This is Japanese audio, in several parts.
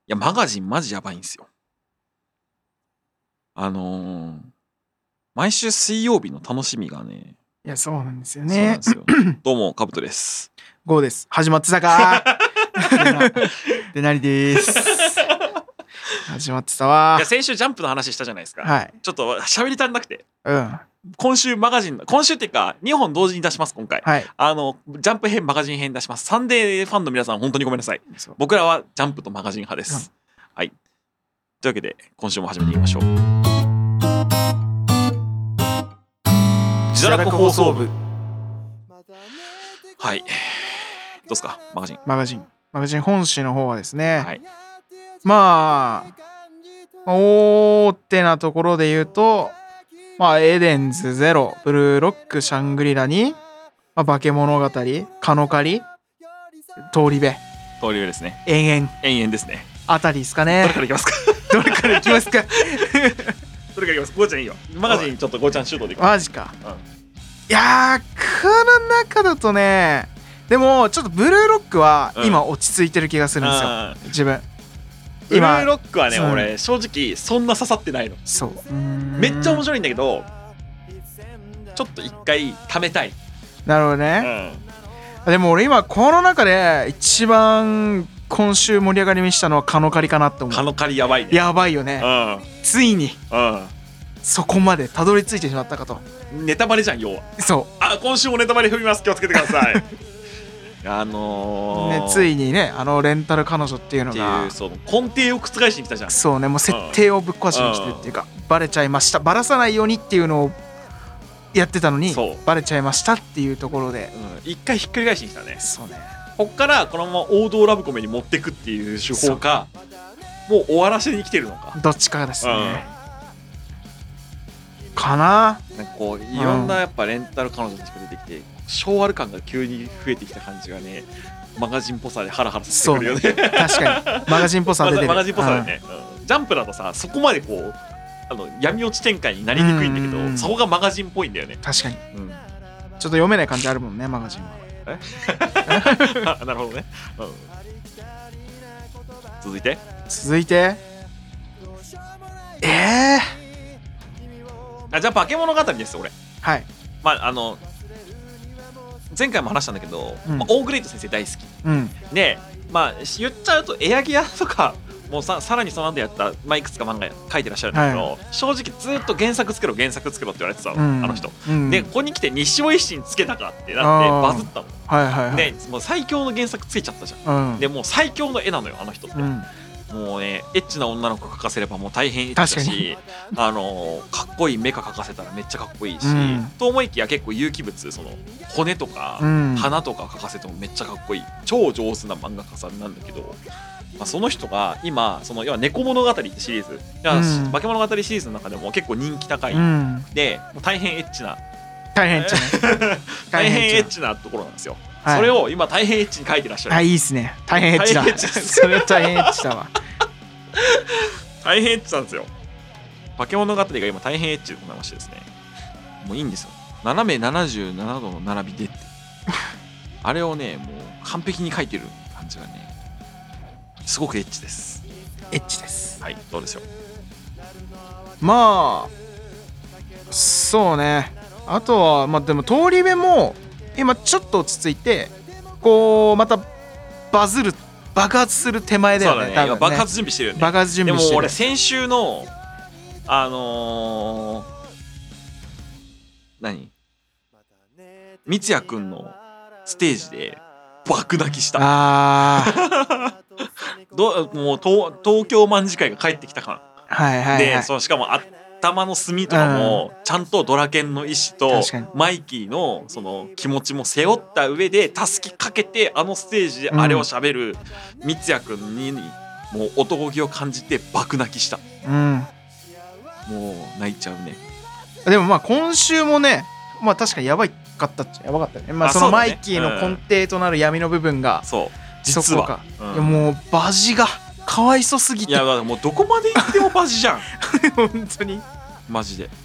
やマガジンマジやばいんですよ。毎週水曜日の楽しみがね。 いやそうなんですよそうなんね。 ですよ。どうもカブトです。 ゴーです。始まってたかでなりです始まってたわ。 いや先週ジャンプの話したじゃないですか。 はい。 ちょっと喋り足んなくて。 うん。 今週マガジン、今週っていうか2本同時に出します今回。 はい。 ジャンプ編マガジン編出します。サンデーファンの皆さん本当にごめんなさい。僕らはジャンプとマガジン派です。はい。というわけで今週も始めていきましょう。自堕落放送部。はい。どうですかマガジン本誌の方はですね。 はい。 まあ大手なところで言うと、エデンズゼロ、ブルーロック、シャングリラに、化け物語、カノカリ、通り部ですね。 延 々ですね。 あたりですかね。 どれからいきますかどれからいきますかどれからいきますか。ゴーちゃんいいよ。マガジンちょっとゴーちゃんシュートでいく。 マジか、 うん、 いやーこの中だとね、でもちょっとブルーロックは今落ち着いてる気がするんですよ、自分。 ブルーロックはね、俺正直そんな刺さってないの。 そうめっちゃ面白いんだけど、ちょっと一回貯めたい。 なるほどね、でも俺今この中で一番今週盛り上がりにしたのはカノカリかなって思う。 カノカリやばいね。 やばいよね、ついに、そこまでたどり着いてしまったかと。 ネタバレじゃん要は。 そう、 今週もネタバレ踏みます、気をつけてくださいね、ついにね、レンタル彼女っていうのがそう根底を覆しに来たじゃん。 そうね、もう設定をぶっ壊しに来てるっていうか、バレちゃいました、バラさないようにっていうのをやってたのにバレちゃいましたっていうところで、 一回ひっくり返しに来たね。 そうね、 こっからこのまま王道ラブコメに持ってくっていう手法か、もう終わらせに来てるのか、 どっちかですね、かな。 なんかこういろんなやっぱレンタル彼女たちが出てきて、昭和感が急に増えてきた感じがね、マガジンっぽさでハラハラさせてくるよね。 確かにマガジンっぽさ出てる。 マガジンっぽさでね、ジャンプだとさ、そこまでこう闇落ち展開になりにくいんだけど、そこがマガジンっぽいんだよね。 確かに、ちょっと読めない感じあるもんね、マガジンは。 なるほどね、続いてじゃあ化け物語です俺。 はい。 前回も話したんだけど、オーグレイト先生大好き、で言っちゃうとエアギアとかもうさらにその後やった、いくつか漫画書いてらっしゃるんだけど、正直ずっと原作作ろうって言われてたの、あの人、でここに来て西尾維新つけたかってなってバズったの、でもう最強の原作つけちゃったじゃん、でもう最強の絵なのよあの人って、もうねエッチな女の子描かせればもう大変エッチだし、かっこいいメカ描かせたらめっちゃかっこいいし、と思いきや結構有機物、その骨とか花とか描かせてもめっちゃかっこいい超上手な漫画家さんなんだけど、その人が今要は猫物語ってシリーズ、化け物語シリーズの中でも結構人気高い、でもう大変エッチな大変エッチなところなんですよ。それを今大変エッチに書いてらっしゃる。 いいっすね、大変エッチだ。それは大変エッチだわ。 大変エッチなんですよ。化け物語が今大変エッチでございましてですね、もういいんですよ、斜め77度の並びでってあれをねもう完璧に書いてる感じがねすごくエッチです。 エッチです。 はい、どうでしょう。 そうね、あとはでも通り部も今ちょっと落ち着いて、こうまた爆発する手前だよね。 今爆発準備してるよね。 爆発準備してる。 でも俺先週の三ツ矢くんのステージで爆泣きした。もう東京卍会が帰ってきた感、でしかも頭の隅とかもちゃんとドラケンの意思とマイキーのその気持ちも背負った上で助けかけて、あのステージであれを喋る三ツ矢くんにもう男気を感じて爆泣きした、もう泣いちゃうね。 でも今週もね、確かにやばかったっちゃやばかったね。そのマイキーの根底となる闇の部分が、 実は、 いやもうバジがかわいそすぎて、 いやもうどこまで行ってもバジじゃん本当にマジで。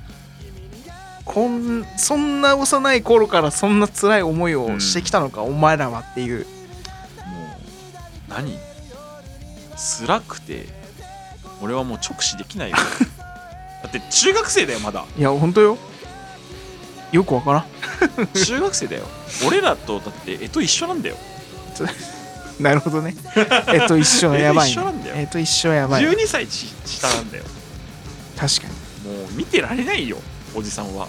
そんな幼い頃からそんな辛い思いをしてきたのか、お前らはっていう。 もう何辛くて俺はもう直視できないよだって中学生だよまだ。 いやほんとよ、よくわからん中学生だよ俺らとだって一緒なんだよなるほどね一緒やばい、ね、 一緒なんだよ。 一緒やばい、 12歳下なんだよ。 確かに。 もう見てられないよおじさんは。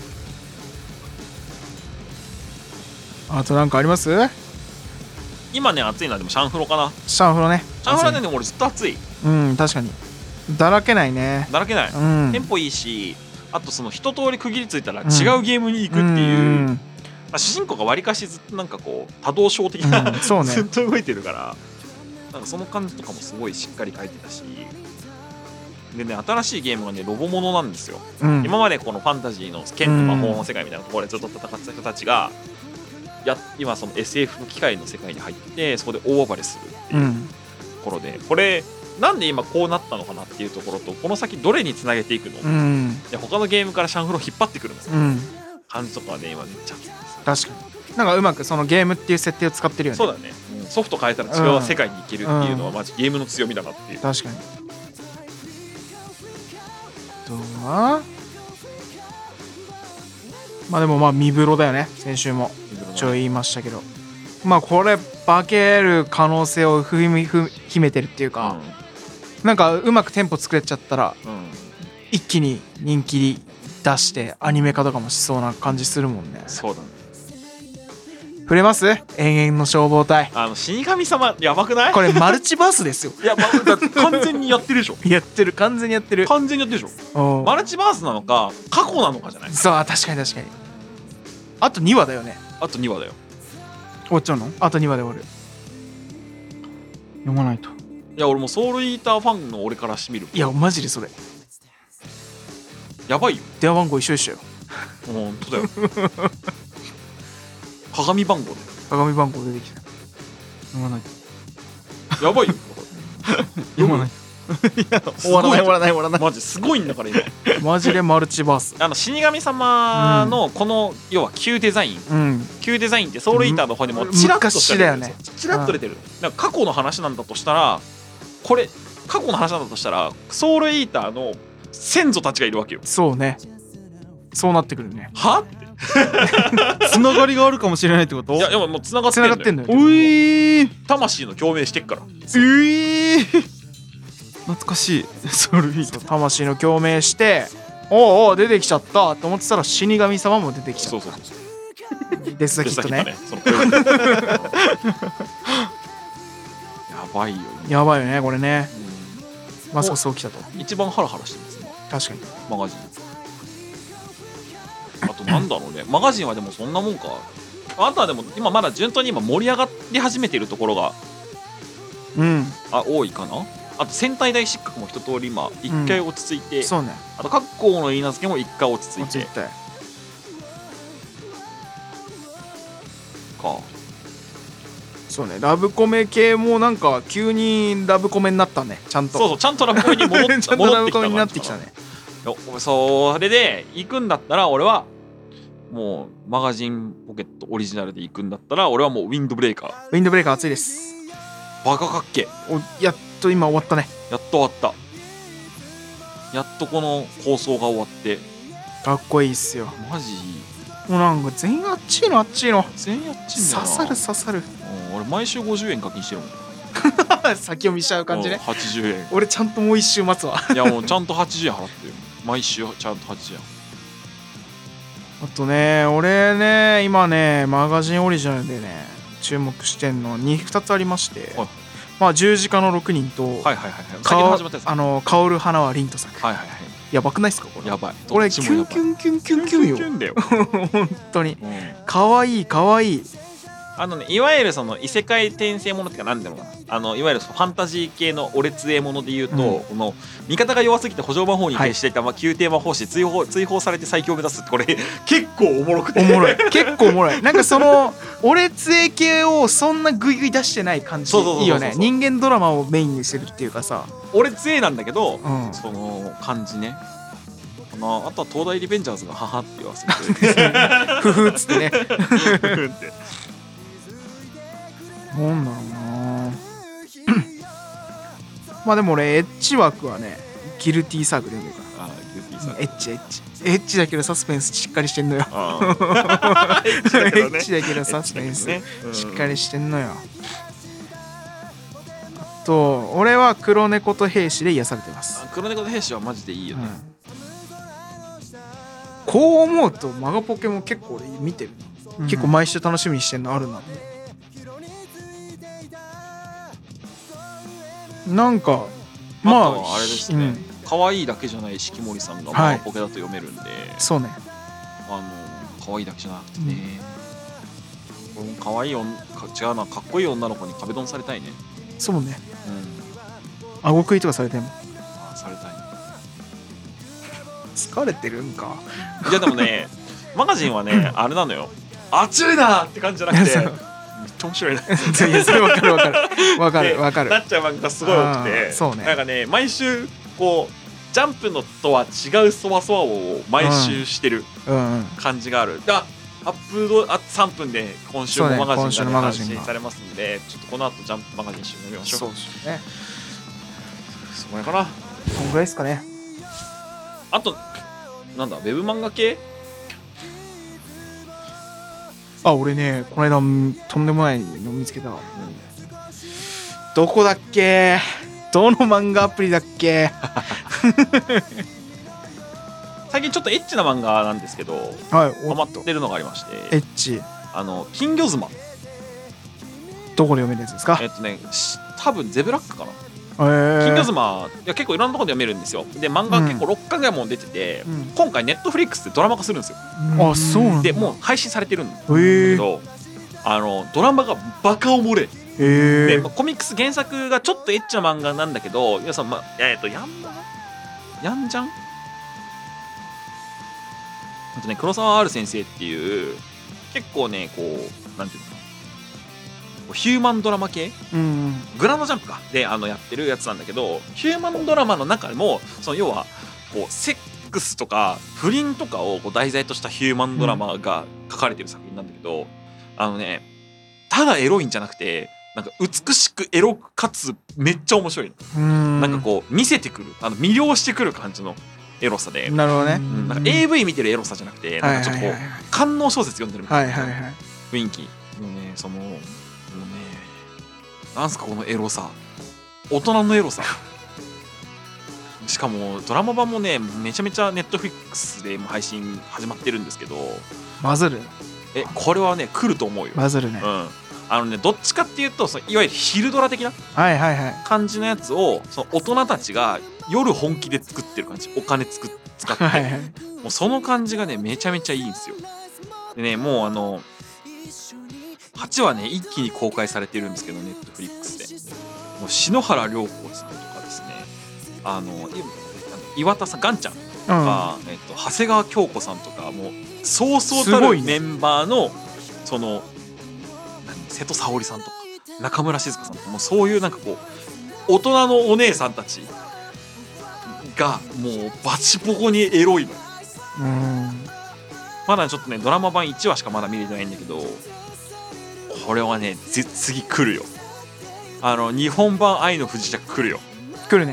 あとなんかあります？ 今ね暑いのはでもシャンフロかな。 シャンフロね。 シャンフロはねでも俺ずっと暑い。 うん確かにだらけないね。 だらけない、 うん、 テンポいいし、あとその一通り区切りついたら違うゲームに行くっていう、まあ、主人公がわりかしずっとなんかこう多動症的な、 そうね、 ずっと動いてるからなんかその感じとかもすごいしっかり書いてたし、でね新しいゲームがねロボものなんですよ、今までこのファンタジーの剣と魔法の世界みたいなところでずっと戦ってた人たちが今その SF の機械の世界に入ってそこで大暴れするっていうところで、これなんで今こうなったのかなっていうところとこの先どれにつなげていくの、で他のゲームからシャンフロを引っ張ってくるの、感じとかはね今めっちゃ確かになんかうまくそのゲームっていう設定を使ってるよね。そうだね、ソフト変えたら違う世界に行けるっていうのはマジゲームの強みだなっていう。 確かに。あとはまあでもまあミブロだよね。先週もちょい言いましたけど、まあこれ化ける可能性を秘めてるっていうか、なんかうまくテンポ作れちゃったら、一気に人気出してアニメ化とかもしそうな感じするもんね。 そうだね。 触れます？永遠の消防隊。 死神様やばくない？ これマルチバースですよ。 いや、完全にやってるでしょ。 やってる、完全にやってる。 完全にやってるでしょ。マルチバースなのか過去なのかじゃない？ そう、確かに確かに。あと2話だよね。 あと2話だよ。 終わっちゃうの？あと2話で終わる。読まないと。 いや俺もソウルイーターファンの俺からしてみる。 いやマジでそれやばいよ。 電話番号一緒でしたよ。 本当だよ。鏡番号で。 鏡番号出てきた。読まないと。やばいよ。 読まない。いや終わらないマジすごいんだから今。 マジでマルチバース。 死神様のこの要は旧デザイン、旧デザインってソウルイーターの方にもチラッと昔だよね。 チラッと出てる。なんか過去の話なんだとしたら、これ過去の話なんだとしたらソウルイーターの先祖たちがいるわけよ。 そうね。そうなってくるね。 はって。 つながりがあるかもしれないってこと？ いやもうつながってんだよ。魂の共鳴してっから。 懐かしい。ソウルイーター魂の共鳴しておう出てきちゃったと思ってたら死神様も出てきちゃった。 そうデスザキットね。 やばいよ。 やばいよねこれね。まさかそうきたと。 一番ハラハラしてますね。 確かに。 マガジン。あとなんだろうね。マガジンはでもそんなもんか。あとはでも今まだ順当に今盛り上がり始めてるところが多いかな。あと戦隊大失格も一通り今一回落ち着いて、 そうね。 あと各校の言い名付けも一回落ち着いてか。 そうね。ラブコメ系もなんか急にラブコメになったね。ちゃんと。 そうちゃんとラブコメに戻ってきた。 ちゃんとラブコメになってきたね。 それで行くんだったら俺はもうマガジンポケットオリジナルで行くんだったら俺はもうウィンドブレーカー。 ウィンドブレーカー熱いです。 バカかっけ。 やっと今終わったね。 やっと終わった。やっとこの放送が終わってかっこいいっすよ。 マジもうなんか全員あっちいの全員あっちいんだよな。 刺さる。 俺毎週50円課金してるもん。 先読みしちゃう感じね。 80円。 俺ちゃんともう一周待つわ。 いやもうちゃんと80円払ってる。毎週ちゃんと80円。 あとね俺ね今ねマガジンオリジナルでね注目してんの2つありまして、まあ十字架の6人と香る花は凛と咲く。やばくないっすかこれ？ やばい。 俺キュンキュンキュンキュンキュンよ。 キュンだよ。 本当にかわいいかわいい。 いわゆるその異世界転生ものってか何でもいわゆるファンタジー系の俺つえもので言うと、この味方が弱すぎて補助魔法に徹していた宮廷魔法師追放されて最強を目指すってこれ結構おもろくて。 おもろい。結構おもろい。なんかその俺つえ系をそんなグイグイ出してない感じいいよね。人間ドラマをメインにしてるっていうかさ。 俺つえなんだけど、その感じね。あとは東大リベンジャーズが母って言わせてふふっつってね。なんだろうな。 まあでも俺エッチ枠はねギルティーサークル読んでるかあギルティーさんら、エッチだけどサスペンスしっかりしてんのよ。エエッチだけどねッチだけどサスペンスねうんしっかりしてんのよ。あと俺は黒猫と兵士で癒されてます。 黒猫と兵士はマジでいいよね、 こう思うとマガポケも結構俺見てるな、結構毎週楽しみにしてんのあるな。なんかまああとはあれですね、可愛いだけじゃない四季森さんがマガポケだと読めるんで、 そうね。 可愛いだけじゃなくてね、これも可愛い違うな、かっこいい女の子に壁ドンされたいね。 そうね。 うん、 顎食いとかされてもされたいね。 疲れてるんか。 いやでもねマガジンはねあれなのよ、熱いなって感じじゃなくてめっちゃ面白いないやそれ分かる分かる分かる分かる。 なっちゃう漫画がすごい多くて、 そうね。 なんかね毎週こうジャンプのとは違うそわそわを毎週してる感じがある。アップド3分で今週もマガジンが、ね、配信されますんで、ちょっとこの後ジャンプマガジン一緒に読みましょう。 そうですね。 そこらいかな。 こんぐらいですかね。 あとなんだウェブ漫画系。 あ、俺ねこの間とんでもないの見つけた。どこだっけ、どの漫画アプリだっけ最近ちょっとエッチな漫画なんですけどはい、 ハマってるのがありまして、 エッチ金魚妻。 どこで読めるやつですか？ 多分ゼブラックかな。金魚妻いや結構いろんなところで読めるんですよ。で漫画結構6巻ぐらいも出てて、今回ネットフリックスでドラマ化するんですよ。 あ、そうなんだ。 でもう配信されてるんだけど、ドラマがバカおもれ。でコミックス原作がちょっとエッチな漫画なんだけど、皆さんヤンジャンあとね黒沢 R 先生っていう結構ねこうなんていうのかな、ヒューマンドラマ系、グランドジャンプかでやってるやつなんだけど、ヒューマンドラマの中でもその要はこうセックスとか不倫とかをこう題材としたヒューマンドラマが書かれてる作品なんだけど、ただエロいんじゃなくてなんか美しくエロかつめっちゃ面白いの。なんかこう見せてくる魅了してくる感じのエロさで。 なるほどね。 なんか AV 見てるエロさじゃなくてなんかちょっとこう官能小説読んでるみたいな雰囲気のね、もうねなんすかこのエロさ、大人のエロさしかもドラマ版もねめちゃめちゃネットフリックスでも配信始まってるんですけど、 バズる。 これはね来ると思うよ。 バズるね。 どっちかっていうといわゆる昼ドラ的な感じのやつをその大人たちが夜本気で作ってる感じ、お金使ってもうその感じがねめちゃめちゃいいんですよ。でねもう8話ね一気に公開されてるんですけどネットフリックスでもう篠原涼子さんとかですね、岩田さんガンちゃんとか、長谷川京子さんとかもうそうそうたるメンバーのその瀬戸沙織さんとか中村静香さんとかもうそういうなんかこう大人のお姉さんたちがもうバチボコにエロいの。まだちょっとねドラマ版1話しかまだ見れてないんだけど、これはね次来るよ。日本版愛の不時着来るよ。 来るね。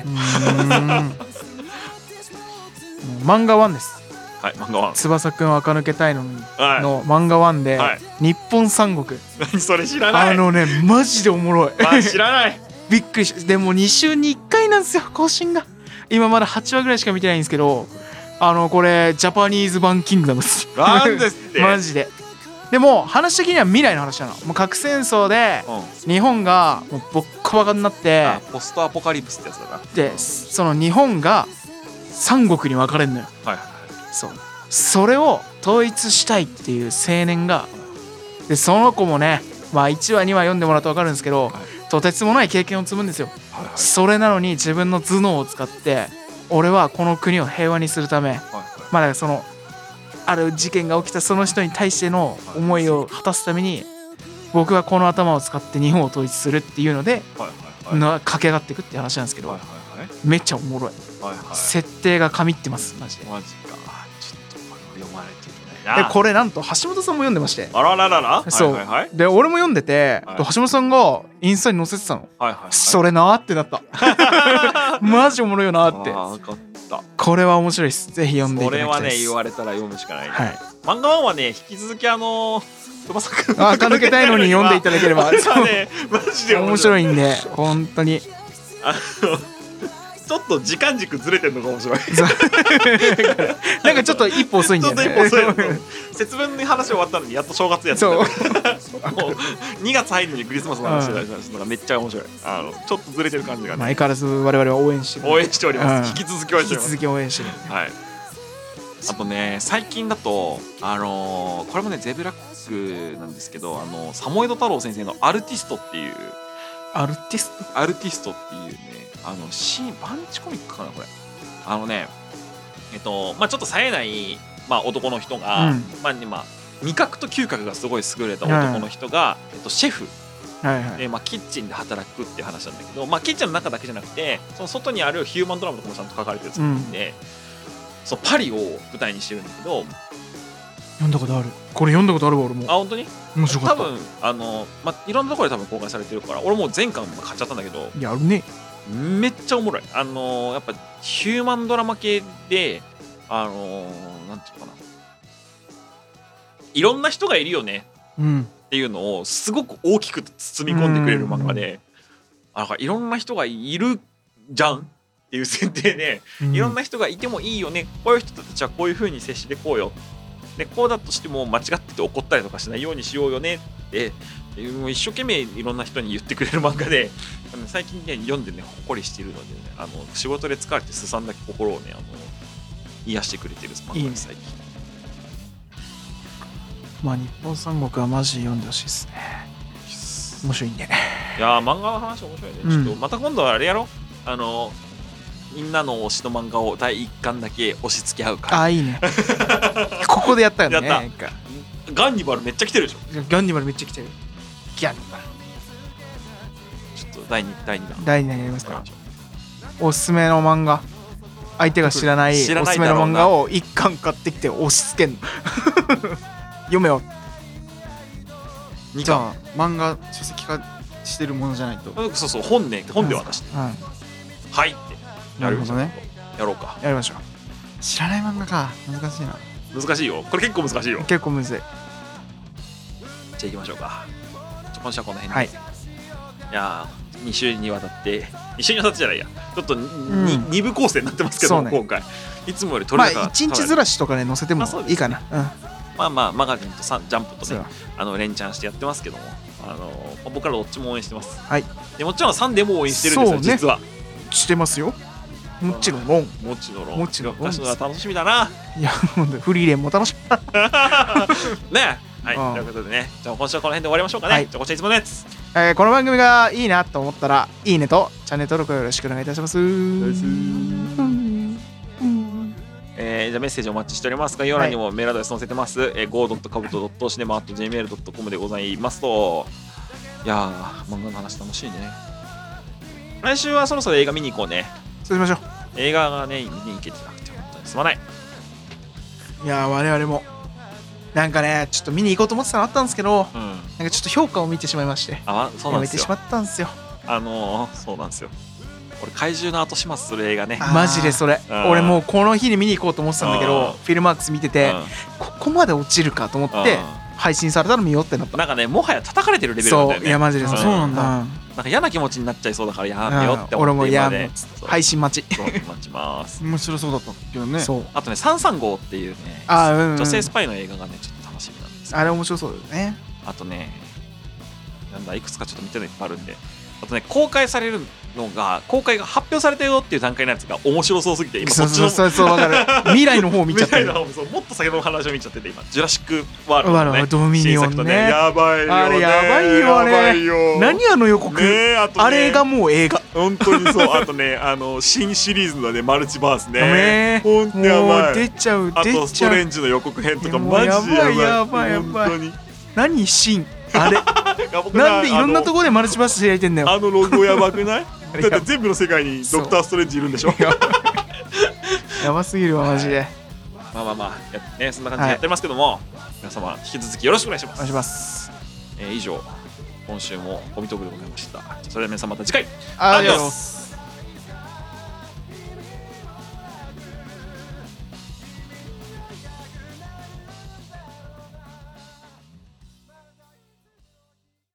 漫画1です。 はい、漫画1。 翼くん垢抜けたいの漫画1で、日本三国。 何それ知らない。 マジでおもろい。 知らない。 びっくりした。でも2週に1回なんですよ更新が。今まだ8話ぐらいしか見てないんですけど、これジャパニーズ版キングダムです。 なんですって。 マジで。でも話的には未来の話なの。もう核戦争で日本がもうボッコバカになって、 ポストアポカリプスってやつだな。 でその日本が三国に分かれるのよ。それを統一したいっていう青年が、でその子もね、1話2話読んでもらうと分かるんですけど、とてつもない経験を積むんですよ。それなのに自分の頭脳を使って俺はこの国を平和にするため、だからそのある事件が起きたその人に対しての思いを果たすために僕はこの頭を使って日本を統一するっていうので駆け上がっていくって話なんですけど、めっちゃおもろい。設定が神ってますマジで。 マジか。ちょっと読まないといけないでこれなんと橋本さんも読んでまして。 あらららら。 そう、 はいはいはい、 で俺も読んでて、 はい、 橋本さんがインスタに載せてたの、 はいはいはい、 それなーってなったマジおもろいよなーって。 分かった。これは面白いです。ぜひ読んでいただきたいです。 これはね言われたら読むしかない、ね、 はい、 漫画はね引き続き翼くん垢抜けたいのに読んでいただければね、マジで面白いんで本当にちょっと時間軸ずれてるのが面白いなんかちょっと一歩遅いんだよね節分の話終わったのにやっと正月やってたもう2月入るのにクリスマスの話してたのがめっちゃ面白い。ちょっとずれてる感じがね、 相変わらず我々は応援してる、 応援しております、引き続き応援しております。 引き続き応援してる、 はい。あとね最近だとこれもねゼブラックなんですけどサモエド太郎先生のアルティストっていうアルティストっていうねバンチコミックかなこれ。まあちょっと冴えない、まあ、男の人が、まあ味覚と嗅覚がすごい優れた男の人が、シェフで、まあ、キッチンで働くっていう話なんだけど、まあ、キッチンの中だけじゃなくてその外にあるヒューマンドラマとかもちゃんと書かれてる作品で、そうパリを舞台にしてるんだけど、 読んだことある。これ読んだことあるわ俺も。 あ本当に？ 面白かった。 多分まあいろんなところで多分公開されてるから俺もう全巻買っちゃったんだけど。 やるね。 めっちゃおもろい。やっぱヒューマンドラマ系でなんていうのかな、いろんな人がいるよねっていうのをすごく大きく包み込んでくれる漫画で、なんかいろんな人がいるじゃんっていう前提で、いろんな人がいてもいいよね、こういう人たちはこういう風に接してこうよで、こうだとしても間違ってて怒ったりとかしないようにしようよねってもう一生懸命いろんな人に言ってくれる漫画で、最近ね読んでねほっこりしているので、ね、仕事で疲れてすさんだ心をね癒してくれてる漫画です最近。 まあ日本三国はマジ読んでほしいですね。面白いんでね。 いやー漫画の話面白いね、ちょっとまた今度はあれやろ、みんなの推しの漫画を第1巻だけ押し付け合うから。 あいいねここでやったよね。 やったガンニバルめっちゃ来てるでしょ。 ガンニバルめっちゃ来てる。ギャンニバルちょっと第2弾やりますか。おすすめの漫画、相手が知らないおすすめの漫画を1巻買ってきて押し付けんの読めよ。 じゃあ漫画書籍化してるものじゃないと。 そうそう本で渡して、はいってなるほどね。 やろうか。 やりましょう。 知らない漫画か。難しいな。 難しいよこれ。結構難しいよ。 結構むずい。 じゃあ行きましょうか。今週はこの辺で、 はい、 いや2週にわたって2週にわたってじゃないや、ちょっと2部構成になってますけど、 ね、 今回いつもより取りまあ1日ずらしとかね載せてもいいかな。 まあマガジンとジャンプとね連チャンしてやってますけども、僕らどっちも応援してます。 はい。 でもちろんサンデーも応援してるんですよ、実は。 してますよ。もちろん。 もちろん。私のは楽しみだな。 いやフリーレンも楽しみだね。はい、ということでね、じゃあ今週はこの辺で終わりましょうかね。じゃあこちらいつものやつ。 この番組がいいなと思ったらいいねとチャンネル登録よろしくお願いいたします。 じゃあメッセージお待ちしておりますが、概要欄にもメールアドレス載せてます。go.kabuto.cinema@gmail.com でございますと。いやー、漫画の話楽しいね。来週はそろそろ映画見に行こうね。 そうしましょう。 映画がね見に行けてなくて本当にすまない。 いやー我々もなんかねちょっと見に行こうと思ってたのあったんですけど、なんかちょっと評価を見てしまいまして、 そうなんですよ。 やめてしまったんですよ。 そうなんですよ。俺怪獣の後始末する映画ね。 マジでそれ。俺もうこの日に見に行こうと思ってたんだけど、フィルマークス見てて、ここまで落ちるかと思って配信されたら見ようってなった。 なんかねもはや叩かれてるレベルなんだよね。 そういやマジでそうなんだ。 なんか嫌な気持ちになっちゃいそうだからやめようって思って。 俺も配信待ち。 待ちます。 面白そうだったけどね。 あとね335っていうね女性スパイの映画がねちょっと楽しみなんです。 あれ面白そうだよね。 あとねなんだいくつかちょっと見てるのいっぱいあるんで。あとね公開が発表されたよっていう段階のやつが面白そうすぎて今そっちのそう分かる未来の方を見ちゃってる。 もっと先の話を見ちゃってて今ジュラシックワールドのねドミニオンねやばいよね。 あれやばいよね。何あの予告あれがもう映画本当にそう。あとね新シリーズのねマルチバースね本当やばい。出ちゃうあとストレンジの予告編とかマジやばい本当に。何シンあれなんでいろんなところでマルチバース開いてんだよ。 ロゴやばくない？だって全部の世界にドクターストレンジいるんでしょ。 やばすぎるわマジで。 そんな感じでやってますけども、皆様引き続きよろしくお願いします。 お願いします。 以上今週もコミトークでございました。それでは皆さんまた次回アディオス。